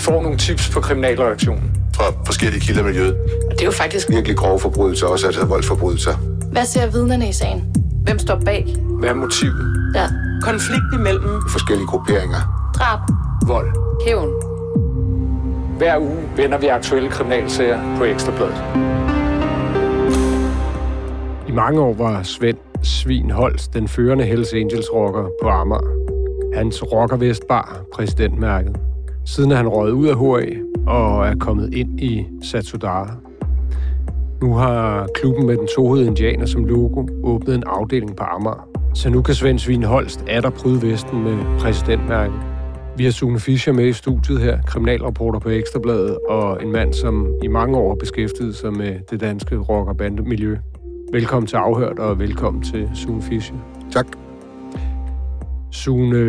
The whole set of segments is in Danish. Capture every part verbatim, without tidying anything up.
får nogle tips på kriminalreaktionen fra forskellige kilder i miljøet. Og det er jo faktisk virkelig grove forbrydelser, også altså voldsforbrydelser. Hvad ser vidnerne i sagen? Hvem står bag? Hvad er motivet? Ja. Konflikt imellem forskellige grupperinger. Drab. Vold. Hævn. Hver uge vender vi aktuelle kriminalsager på Ekstra Bladet. I mange år var Svend Svin Holst den førende Hells Angels-rocker på Amager. Hans rockervest bar præsidentmærket. Siden er han røget ud af H A og er kommet ind i Satudarah. Nu har klubben med den tohedede indianer som logo åbnet en afdeling på Amager. Så nu kan Svend Svin Holst atter pryde vesten med præsidentmærket. Vi har Sune Fischer med i studiet her, kriminalreporter på Ekstra Bladet, og en mand, som i mange år har beskæftiget sig med det danske rock- og bandemiljø. Velkommen til Afhørt, og velkommen til Sune Fischer. Tak. Sune,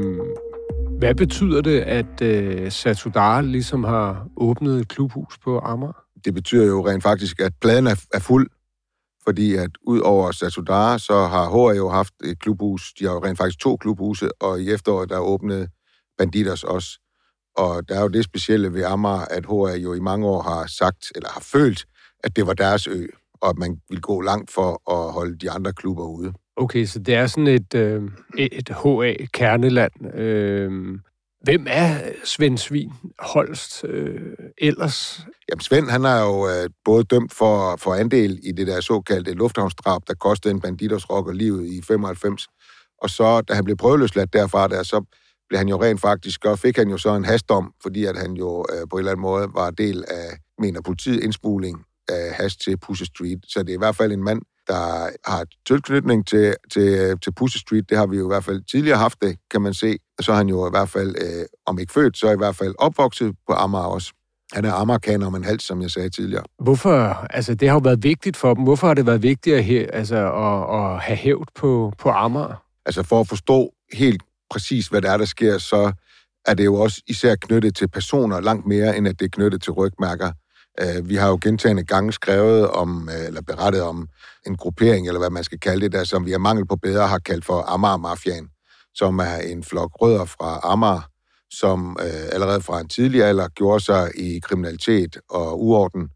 hvad betyder det, at uh, Satudarah ligesom har åbnet et klubhus på Amager? Det betyder jo rent faktisk, at pladen er, er fuld, fordi at ud over Satudarah, så har H A jo haft et klubhus. De har jo rent faktisk to klubhuse, og i efteråret, der åbnede Bandidos også. Og der er jo det specielle ved Amager, at H A jo i mange år har sagt, eller har følt, at det var deres ø, og at man ville gå langt for at holde de andre klubber ude. Okay, så det er sådan et, øh, et H A-kerneland. Øh, hvem er Svend Svin Holst øh, ellers? Jamen, Svend, han er jo øh, både dømt for, for andel i det der såkaldte lufthavnsdrab, der kostede en Bandidos-rocker livet i femoghalvfems. Og så, da han blev prøveløsladt derfra, der, så blev han jo rent faktisk, og fik han jo så en hasdom, fordi at han jo øh, på en eller anden måde var del af, mener politiet, indsmugling af hash til Pusher Street. Så det er i hvert fald en mand, der har tilknytning til, til, til Pusher Street. Det har vi jo i hvert fald tidligere haft det, kan man se. Så er han jo i hvert fald, øh, om ikke født, så i hvert fald opvokset på Amager også. Han er Amagerkaner om en hals, som jeg sagde tidligere. Hvorfor? Altså, det har jo været vigtigt for dem. Hvorfor har det været vigtigt at, altså, at, at have hævd på, på Amager? Altså, for at forstå helt præcis, hvad der er, der sker, så er det jo også især knyttet til personer langt mere, end at det er knyttet til rygmærker. Vi har jo gentagne gange skrevet om, eller berettet om en gruppering, eller hvad man skal kalde det der, som vi har mangel på bedre har kaldt for Amager-mafiaen, som er en flok rødder fra Amager, som øh, allerede fra en tidlig alder gjorde sig i kriminalitet og uorden,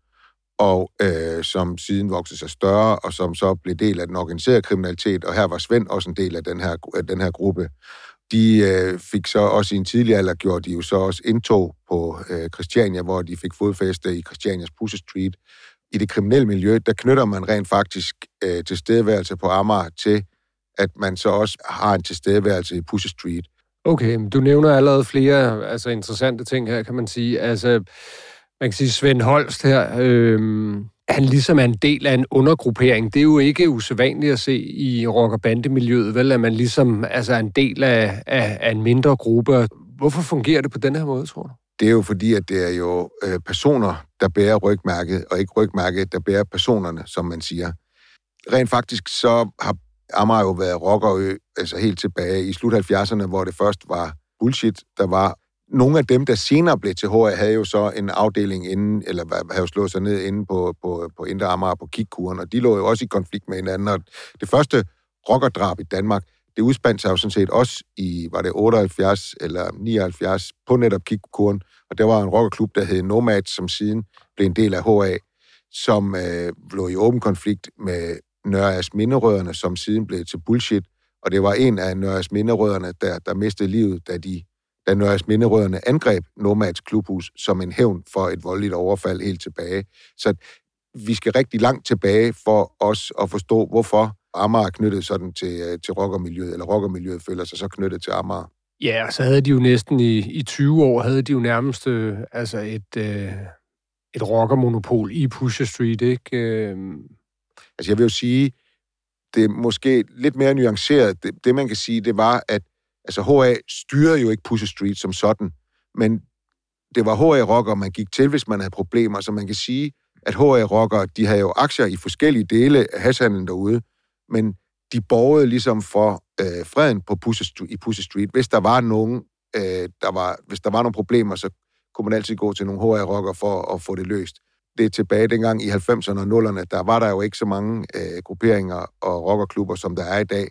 og øh, som siden voksede sig større, og som så blev del af den organiserede kriminalitet, og her var Svend også en del af den her, af den her gruppe. De øh, fik så også i en tidlig alder, gjorde de jo så også indtog på øh, Christiania, hvor de fik fodfæste i Christianias Pusher Street. I det kriminelle miljø, der knytter man rent faktisk øh, tilstedeværelse på Amager til, at man så også har en tilstedeværelse i Pusher Street. Okay, du nævner allerede flere altså, interessante ting her, kan man sige. Altså, man kan sige, Svend Holst her, øh, han ligesom er en del af en undergruppering. Det er jo ikke usædvanligt at se i rock- og bandemiljøet, vel? At man ligesom altså, er en del af, af, af en mindre gruppe. Hvorfor fungerer det på den her måde, tror du? Det er jo fordi, at det er jo øh, personer, der bærer rygmærket, og ikke rygmærket, der bærer personerne, som man siger. Rent faktisk så har Amager jo været rockerø, altså helt tilbage i slut halvfjerdserne, hvor det først var bullshit, der var. Nogle af dem, der senere blev til H A, havde jo så en afdeling inden, eller havde jo slået sig ned inde på, på, på Indre Amager på Kikkuren, og de lå jo også i konflikt med hinanden. Og det første rockerdrab i Danmark, det udspandt sig jo sådan set også i, var det otteoghalvfjerds eller nioghalvfjerds, på netop Kikkuren, og der var en rockerklub, der hed Nomad, som siden blev en del af H A, som øh, lå i åben konflikt med Nørre Asminderødderne, som siden blev til bullshit, og det var en af Nørre Asminderødderne, der, der mistede livet, da de da Nørre Asminderødderne angreb Nomads klubhus som en hævn for et voldeligt overfald helt tilbage. Så vi skal rigtig langt tilbage for os at forstå, hvorfor Amager er knyttet sådan til, til rockermiljøet, eller rockermiljøet føler sig så knyttet til Amager. Ja, og så havde de jo næsten i, i tyve år, havde de jo nærmest øh, altså et, øh, et rockermonopol i Pusher Street, ikke? Øh... Altså jeg vil jo sige, det er måske lidt mere nuanceret. Det, det man kan sige, det var, at altså H A styrede jo ikke Pusher Street som sådan, men det var H A-rockere, man gik til, hvis man havde problemer. Så man kan sige, at H A-rockere, de havde jo aktier i forskellige dele af hashhandlen derude, men de borgede ligesom for øh, freden på Pusher Street, i Pusher Street. Hvis der var nogen, øh, der var, hvis der var nogle problemer, så kunne man altid gå til nogle H A-rockere for at få det løst. Det er tilbage dengang i halvfemserne og nullerne, der var der jo ikke så mange øh, grupperinger og rockerklubber, som der er i dag.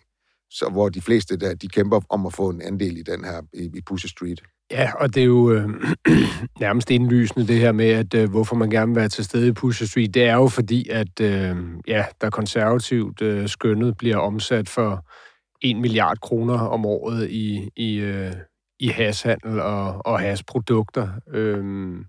så hvor de fleste der, de kæmper om at få en andel i den her, i, i Pusher Street. Ja, og det er jo øh, nærmest indlysende det her med, at øh, hvorfor man gerne vil være til stede i Pusher Street. Det er jo fordi, at øh, ja, der konservativt øh, skønnet bliver omsat for en milliard kroner om året i, i, øh, i hashhandel og, og hashprodukter. Øh,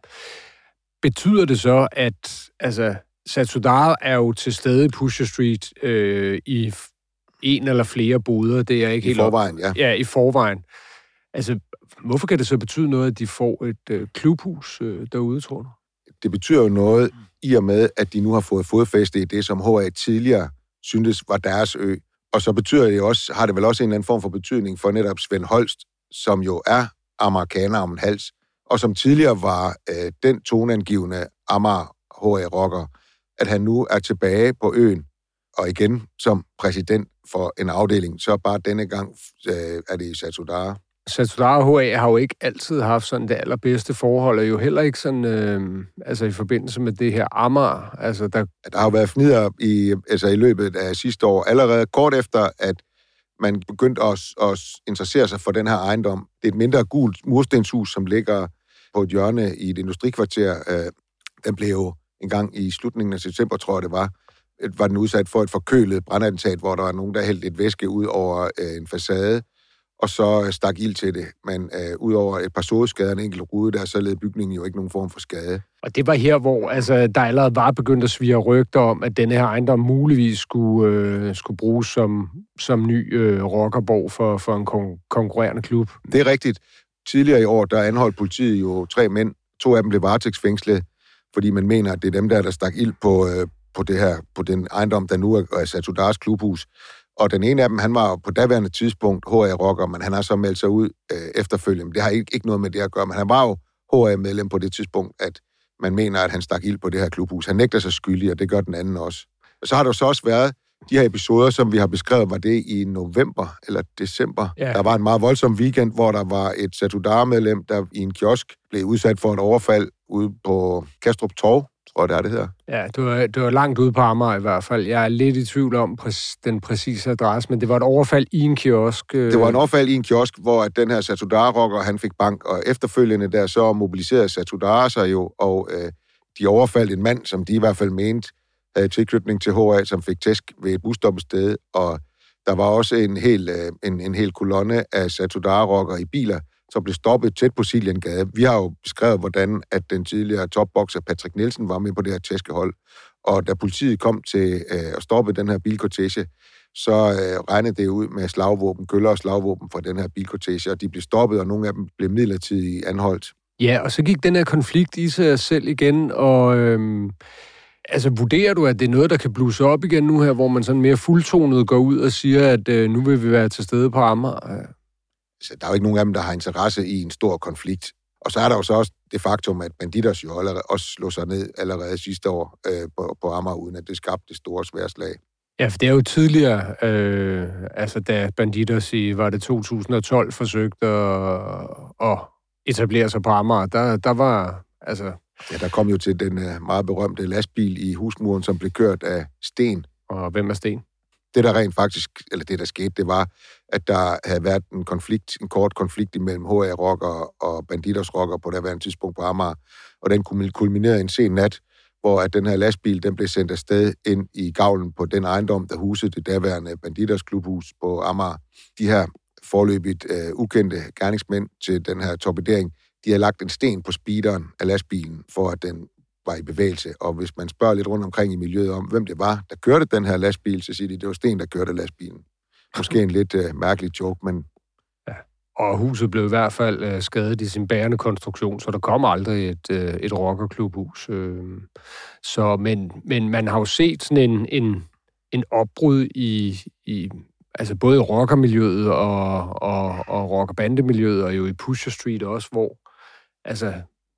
betyder det så, at altså, Satudarah er jo til stede i Pusher Street øh, i en eller flere boder? Det er ikke I helt forvejen, op. ja. Ja, i forvejen. Altså, hvorfor kan det så betyde noget, at de får et øh, klubhus øh, derude, tror du? Det betyder jo noget i og med, at de nu har fået fodfæste i det, som H A tidligere syntes var deres ø. Og så betyder det også, har det vel også en eller anden form for betydning for netop Svend Holst, som jo er amerikaner om en hals, og som tidligere var øh, den toneangivende Amager H A-rocker, at han nu er tilbage på øen, og igen som præsident for en afdeling, så bare denne gang øh, er det i Satudarah. Satudarah og H A har jo ikke altid haft sådan det allerbedste forhold, og jo heller ikke sådan, øh, altså i forbindelse med det her Amager. Altså, der... der har jo været fnider i, altså i løbet af sidste år, allerede kort efter, at man begyndte at, at interessere sig for den her ejendom. Det er et mindre gult murstenshus, som ligger på et hjørne i et industrikvarter. Øh, den blev jo en gang i slutningen af september, tror jeg det var, var den udsat for et forkølet brandattentat, hvor der var nogen, der hældte et væske ud over øh, en facade, og så stak ild til det. Men øh, ud over et par sådeskader, en enkelt rude, der så led bygningen jo ikke nogen form for skade. Og det var her, hvor altså, der allerede var begyndt at svire rygter om, at denne her ejendom muligvis skulle, øh, skulle bruges som, som ny øh, rockerborg for, for en kon- konkurrerende klub. Det er rigtigt. Tidligere i år, der anholdt politiet jo tre mænd. To af dem blev varetægtsfængslet, fordi man mener, at det er dem der, der stak ild på, øh, på, det her, på den ejendom, der nu er Satudarahs klubhus. Og den ene af dem, han var på daværende tidspunkt H A-rocker, men han har så meldt sig ud øh, efterfølgende. Det har ikke, ikke noget med det at gøre, men han var jo H A-medlem på det tidspunkt, at man mener, at han stak ild på det her klubhus. Han nægter sig skyldig, og det gør den anden også. Og så har der så også været de her episoder, som vi har beskrevet, var det i november eller december. Ja. Der var en meget voldsom weekend, hvor der var et Satudarah-medlem, der i en kiosk blev udsat for et overfald ude på Kastrup Torv, tror jeg, det er, det hedder. Ja, det var, det var langt ude på Amager i hvert fald. Jeg er lidt i tvivl om præ- den præcise adresse, men det var et overfald i en kiosk. Det var en overfald i en kiosk, hvor den her Satudarah-rocker, han fik bank, og efterfølgende der så mobiliserede Satudarah sig jo, og øh, de overfaldt en mand, som de i hvert fald mente havde tilknytning til H A, som fik tæsk ved et busstoppested, og der var også en hel, øh, en, en hel kolonne af Satudarah-rocker i biler, som blev stoppet tæt på Siliengade. Vi har jo beskrevet, hvordan at den tidligere topbokser Patrick Nielsen var med på det her tæskehold. Og da politiet kom til øh, at stoppe den her bilkortege, så øh, regnede det ud med slagvåben, køller og slagvåben fra den her bilkortege, og de blev stoppet, og nogle af dem blev midlertidigt anholdt. Ja, og så gik den her konflikt i sig selv igen, og øhm, altså vurderer du, at det er noget, der kan blusse op igen nu her, hvor man sådan mere fuldtonet går ud og siger, at øh, nu vil vi være til stede på Amager? Så der er jo ikke nogen af dem, der har interesse i en stor konflikt. Og så er der jo så også det faktum, at Bandidos jo allerede også slog sig ned allerede sidste år øh, på, på Amager, uden at det skabte det store sværslag. Ja, for det er jo tidligere, øh, altså da Bandidos i, var det to tusind og tolv, forsøgte at, at etablere sig på Amager, der, der var, altså... Ja, der kom jo til den uh, meget berømte lastbil i husmuren, som blev kørt af Sten. Og hvem er Sten? Det, der rent faktisk, eller det, der skete, det var, at der havde været en konflikt, en kort konflikt imellem H A-rocker og Bandidos-rocker på det værende tidspunkt på Amager, og den kulminerede en sen nat, hvor at den her lastbil, den blev sendt afsted ind i gavlen på den ejendom, der husede det daværende Bandidos klubhus på Amager. De her forløbigt uh, ukendte gerningsmænd til den her torpedering, de havde lagt en sten på speederen af lastbilen, for at den var i bevægelse. Og hvis man spørger lidt rundt omkring i miljøet om, hvem det var, der kørte den her lastbil, så siger de, det var Sten, der kørte lastbilen. Måske en lidt uh, mærkelig joke, men... Ja. Og huset blev i hvert fald uh, skadet i sin bærende konstruktion, så der kom aldrig et, uh, et rockerklubhus. Uh, så, men, men man har jo set sådan en, en, en opbrud i... i altså både i rockermiljøet og, og, og rockerbandemiljøet, og jo i Pusher Street også, hvor altså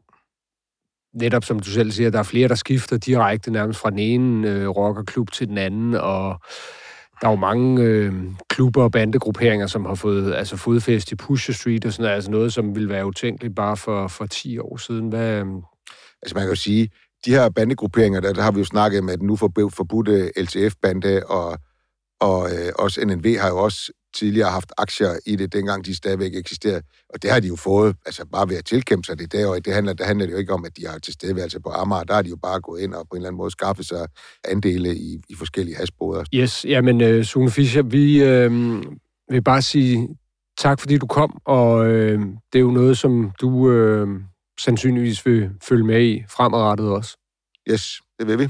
netop som du selv siger, der er flere, der skifter direkte nærmest fra den ene øh, rockerklub til den anden, og der er jo mange øh, klubber og bandegrupperinger, som har fået altså fodfæst i Pusher Street, og sådan noget, altså noget, som ville være utænkeligt bare for, for ti år siden. Hvad, øh... Altså man kan jo sige, de her bandegrupperinger, der, der har vi jo snakket med den nu forbudte L T F-bande, og Og øh, også N N V har jo også tidligere haft aktier i det, dengang de stadigvæk eksisterede. Og det har de jo fået, altså bare ved at tilkæmpe sig det der, og det handler, det handler det jo ikke om, at de har tilstedeværelse på Amager. Der har de jo bare gået ind og på en eller anden måde skaffet sig andele i, i forskellige hashboder. Yes, jamen uh, Sune Fischer, vi øh, vil bare sige tak, fordi du kom, og øh, det er jo noget, som du øh, sandsynligvis vil følge med i fremadrettet også. Yes, det vil vi.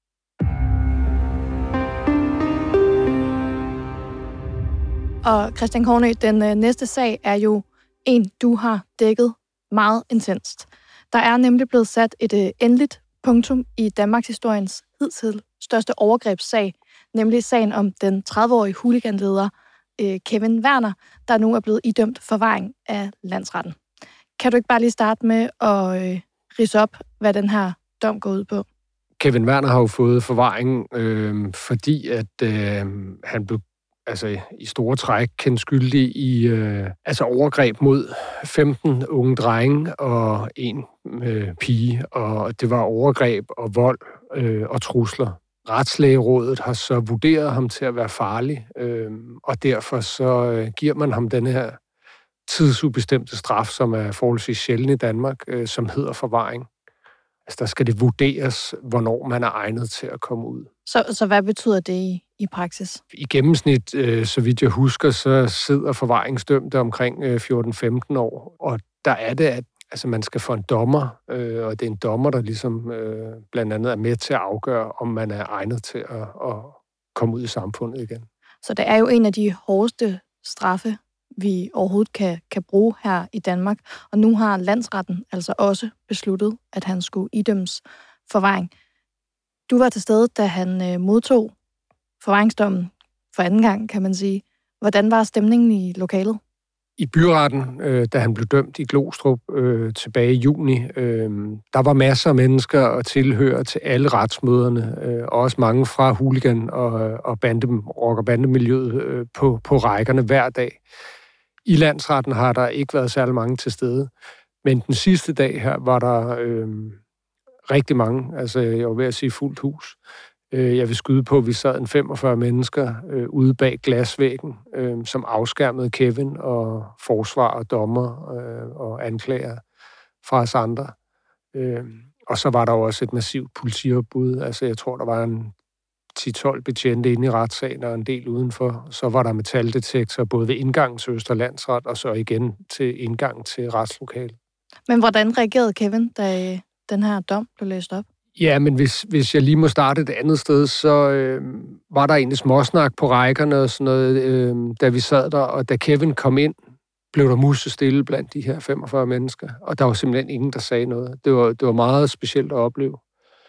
Og Christian Kornø, den øh, næste sag er jo en, du har dækket meget intenst. Der er nemlig blevet sat et øh, endeligt punktum i Danmarks historiens hidtil største overgrebssag, nemlig sagen om den tredive-årige hooliganleder øh, Kevin Werner, der nu er blevet idømt forvaring af landsretten. Kan du ikke bare lige starte med at øh, ridse op, hvad den her dom går ud på? Kevin Werner har jo fået forvaring, øh, fordi at øh, han blev altså i store træk kendt skyldig i øh, altså overgreb mod femten unge drenge og en øh, pige, og det var overgreb og vold øh, og trusler. Retslægerådet har så vurderet ham til at være farlig, øh, og derfor så øh, giver man ham den her tidsubestemte straf, som er forholdsvis sjælden i Danmark, øh, som hedder forvaring. Altså der skal det vurderes, hvornår man er egnet til at komme ud. Så, så hvad betyder det i, i praksis? I gennemsnit, øh, så vidt jeg husker, så sidder forvaringsdømte omkring øh, fjorten femten år. Og der er det, at altså, man skal få en dommer, øh, og det er en dommer, der ligesom øh, blandt andet er med til at afgøre, om man er egnet til at, at komme ud i samfundet igen. Så det er jo en af de hårdeste straffe, vi overhovedet kan, kan bruge her i Danmark. Og nu har landsretten altså også besluttet, at han skulle idømmes forvaring. Du var til stede, da han øh, modtog forvaringsdommen for anden gang, kan man sige. Hvordan var stemningen i lokalet? I byretten, øh, da han blev dømt i Glostrup øh, tilbage i juni, øh, der var masser af mennesker og tilhører til alle retsmøderne, øh, og også mange fra hooligan- og, og bande, rock- og bandemiljøet øh, på, på rækkerne hver dag. I landsretten har der ikke været særlig mange til stede, men den sidste dag her var der øh, rigtig mange, altså jeg var ved at sige fuldt hus. Jeg vil skyde på, at vi sad en femogfyrre mennesker øh, ude bag glasvæggen, øh, som afskærmede Kevin og forsvar og dommer øh, og anklager fra os andre. Øh, og så var der også et massivt politiopbud. Altså jeg tror, der var en ti tolv betjente inde i retssagen og en del udenfor. Så var der metaldetektor både ved indgangen til Østre Landsret og så igen til indgangen til retslokalet. Men hvordan reagerede Kevin, da den her dom blev læst op? Ja, men hvis, hvis jeg lige må starte et andet sted, så øh, var der egentlig småsnak på rækkerne og sådan noget, øh, da vi sad der, og da Kevin kom ind, blev der musestille blandt de her femogfyrre mennesker, og der var simpelthen ingen, der sagde noget. Det var, det var meget specielt at opleve.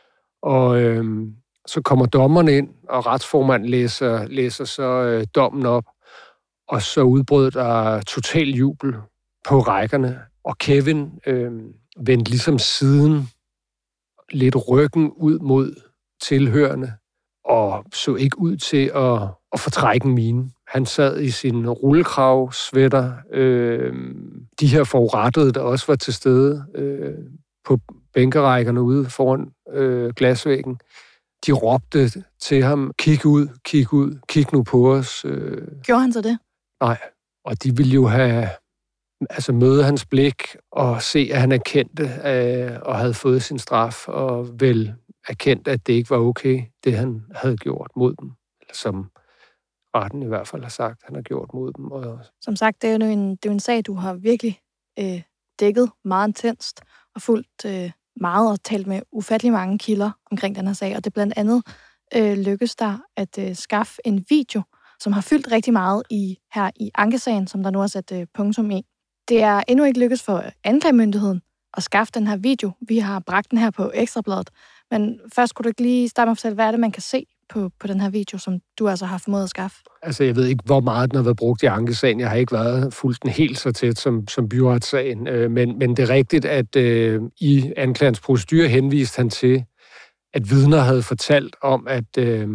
Og øh, så kommer dommerne ind, og retsformanden læser, læser så øh, dommen op, og så udbrød der total jubel på rækkerne, og Kevin øh, vendte ligesom siden lidt ryggen ud mod tilhørende, og så ikke ud til at, at fortrække en mine. Han sad i sin rullekrav, sweater, øh, de her forurettede, der også var til stede øh, på bænkerækkerne ude foran øh, glasvæggen. De råbte til ham, kig ud, kig ud, kig nu på os. Øh. Gjorde han så det? Nej, og de ville jo have altså møde hans blik og se, at han erkendte øh, og havde fået sin straf, og vel erkendt, at det ikke var okay, det han havde gjort mod dem. Eller som retten i hvert fald har sagt, han har gjort mod dem. Og som sagt, det er jo en, det er jo en sag, du har virkelig øh, dækket meget intenst og fulgt øh, meget og talt med ufattelig mange kilder omkring den her sag. Og det blandt andet øh, lykkedes der at øh, skaffe en video, som har fyldt rigtig meget i her i ankesagen, som der nu har sat øh, punktum i. Det er endnu ikke lykkedes for anklagemyndigheden at skaffe den her video. Vi har bragt den her på Ekstrabladet. Men først kunne du ikke lige starte med at fortælle, hvad er det, man kan se på, på den her video, som du altså har formået at skaffe? Altså, jeg ved ikke, hvor meget den har været brugt i ankesagen. Jeg har ikke været fuldt den helt så tæt som, som byretssagen. Men, men det er rigtigt, at øh, i anklagerens procedure henviste han til, at vidner havde fortalt om, at, øh,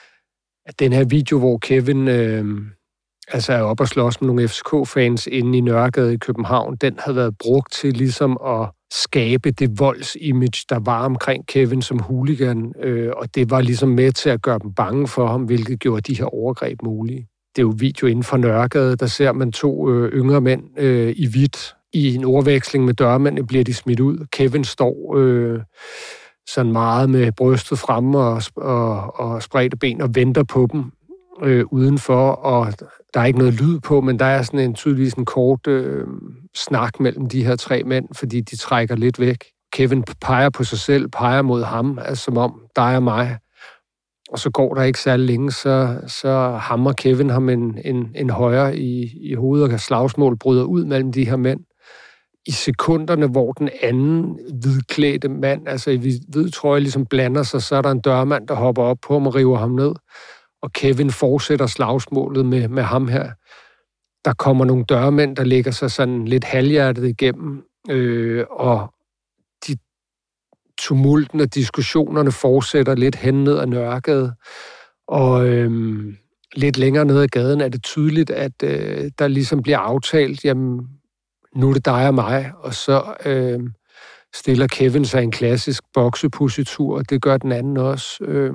at den her video, hvor Kevin øh, altså er oppe og slås med nogle F C K-fans inde i Nørregade i København, den havde været brugt til ligesom at skabe det voldsimage, der var omkring Kevin som hooligan, øh, og det var ligesom med til at gøre dem bange for ham, hvilket gjorde de her overgreb mulige. det er jo video inden for Nørregade, der ser man to øh, yngre mænd øh, i hvidt. I en ordveksling med dørmændene bliver de smidt ud. Kevin står øh, sådan meget med brystet fremme og, og, og spredte ben og venter på dem øh, udenfor, og der er ikke noget lyd på, men der er sådan en tydeligvis en kort øh, snak mellem de her tre mænd, fordi de trækker lidt væk. Kevin peger på sig selv, peger mod ham, altså som om dig og mig. Og så går der ikke særlig længe, så, så hammer Kevin ham en, en, en højre i, i hovedet, og slagsmål bryder ud mellem de her mænd. I sekunderne, hvor den anden hvidklædte mand, altså i hvid trøje, ligesom blander sig, så er der en dørmand, der hopper op på ham og river ham ned. Og Kevin fortsætter slagsmålet med, med ham her. Der kommer nogle dørmænd, der lægger sig sådan lidt halvhjertet igennem, øh, og de tumulten og diskussionerne fortsætter lidt hen ned ad Nørregade. Og øh, lidt længere ned ad gaden er det tydeligt, at øh, der ligesom bliver aftalt, jamen, nu er det dig og mig, og så øh, stiller Kevin sig en klassisk boksepositur, og det gør den anden også. Øh,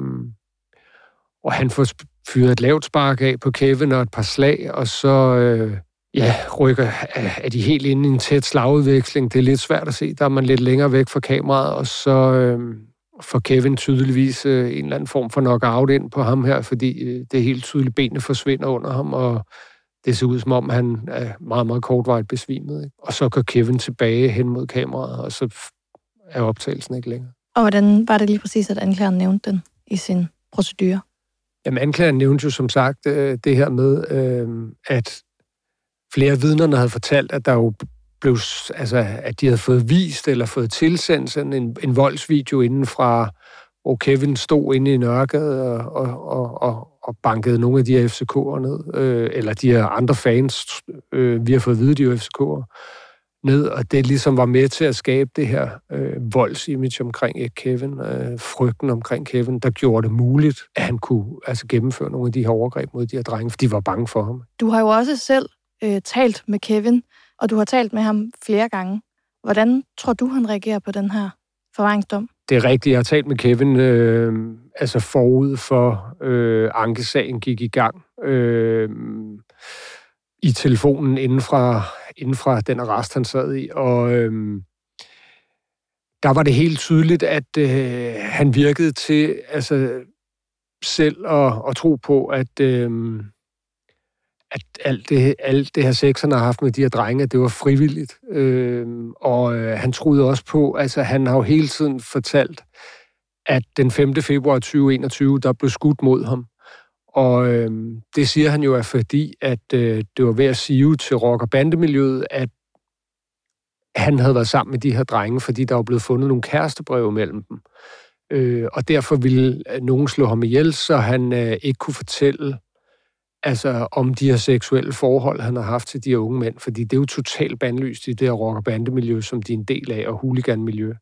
og han får fyret et lavt spark af på Kevin og et par slag, og så øh, ja, rykker, er de helt inde i en tæt slagudveksling. Det er lidt svært at se, der er man lidt længere væk fra kameraet, og så øh, får Kevin tydeligvis øh, en eller anden form for knockout ind på ham her, fordi øh, det er helt tydeligt, benene forsvinder under ham, og det ser ud som om, han er meget, meget kortvarigt besvimet. Ikke? Og så går Kevin tilbage hen mod kameraet, og så er optagelsen ikke længere. Og hvordan var det lige præcis, at anklageren nævnte den i sin procedure? Jamen, anklageren nævnte jo som sagt øh, det her med, øh, at flere af vidnerne havde fortalt, at der jo blev, altså, at de havde fået vist eller fået tilsendt sådan en, en voldsvideo inden fra, hvor Kevin stod inde i Nørregade og, og, og, og, og bankede nogle af de her F C K'ere ned, øh, eller de her andre fans, øh, vi har fået at vide, de her F C K'ere ned, og det ligesom var med til at skabe det her øh, voldsimage omkring Kevin, øh, frygten omkring Kevin, der gjorde det muligt, at han kunne altså, gennemføre nogle af de her overgreb mod de her drenge, for de var bange for ham. Du har jo også selv øh, talt med Kevin, og du har talt med ham flere gange. Hvordan tror du, han reagerer på den her forvaringsdom? Det er rigtigt, jeg har talt med Kevin, øh, altså forud for øh, ankesagen gik i gang. Øh, i telefonen inden fra, inden fra den arrest, han sad i. Og øhm, der var det helt tydeligt, at øh, han virkede til altså, selv at, at tro på, at, øh, at alt, det, alt det her sex, han har haft med de her drenge, det var frivilligt. Øh, og øh, han troede også på, altså han har jo hele tiden fortalt, at den femte februar tyve enogtyve, der blev skudt mod ham. Og øh, det siger han jo er fordi, at øh, det var ved at sige til rock- og bandemiljøet, at han havde været sammen med de her drenge, fordi der var blevet fundet nogle kærestebreve mellem dem. Øh, og derfor ville nogen slå ham ihjel, så han øh, ikke kunne fortælle altså, om de her seksuelle forhold, han har haft til de her unge mænd. Fordi det er jo totalt bandlyst i det her rock- og bandemiljø, som de er en del af, og hooliganmiljø.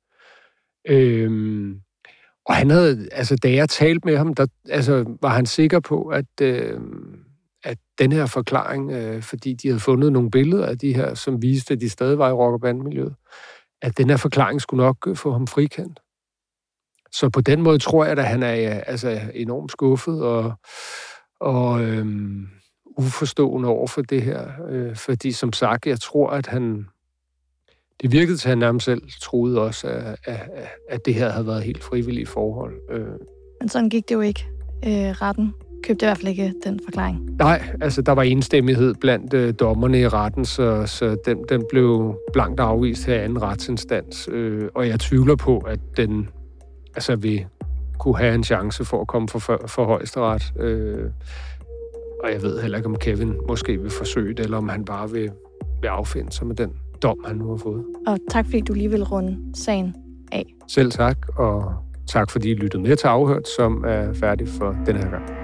Øh, Og han havde, altså da jeg talte med ham, der altså, var han sikker på, at, øh, at den her forklaring, øh, fordi de havde fundet nogle billeder af de her, som viste, at de stadig var i rock- og bandemiljøet, at den her forklaring skulle nok få ham frikendt. Så på den måde tror jeg, at han er altså, enormt skuffet og, og øh, uforstående over for det her. Øh, fordi som sagt, jeg tror, at han... Det virkede til, at han nærmest selv troede også, at, at, at det her havde været helt frivillige forhold. Men sådan gik det jo ikke. Øh, retten købte i hvert fald ikke den forklaring. Nej, altså der var enstemmighed blandt øh, dommerne i retten, så, så den, den blev blankt afvist her i anden retsinstans. Øh, og jeg tvivler på, at den altså, vil kunne have en chance for at komme for, for, for højesteret. Øh, og jeg ved heller ikke, om Kevin måske vil forsøge det, eller om han bare vil, vil affinde sig med den dom, han nu har fået. Og tak, fordi du lige vil runde sagen af. Selv tak, og tak, fordi I lyttede med til Afhørt, som er færdig for denne her gang.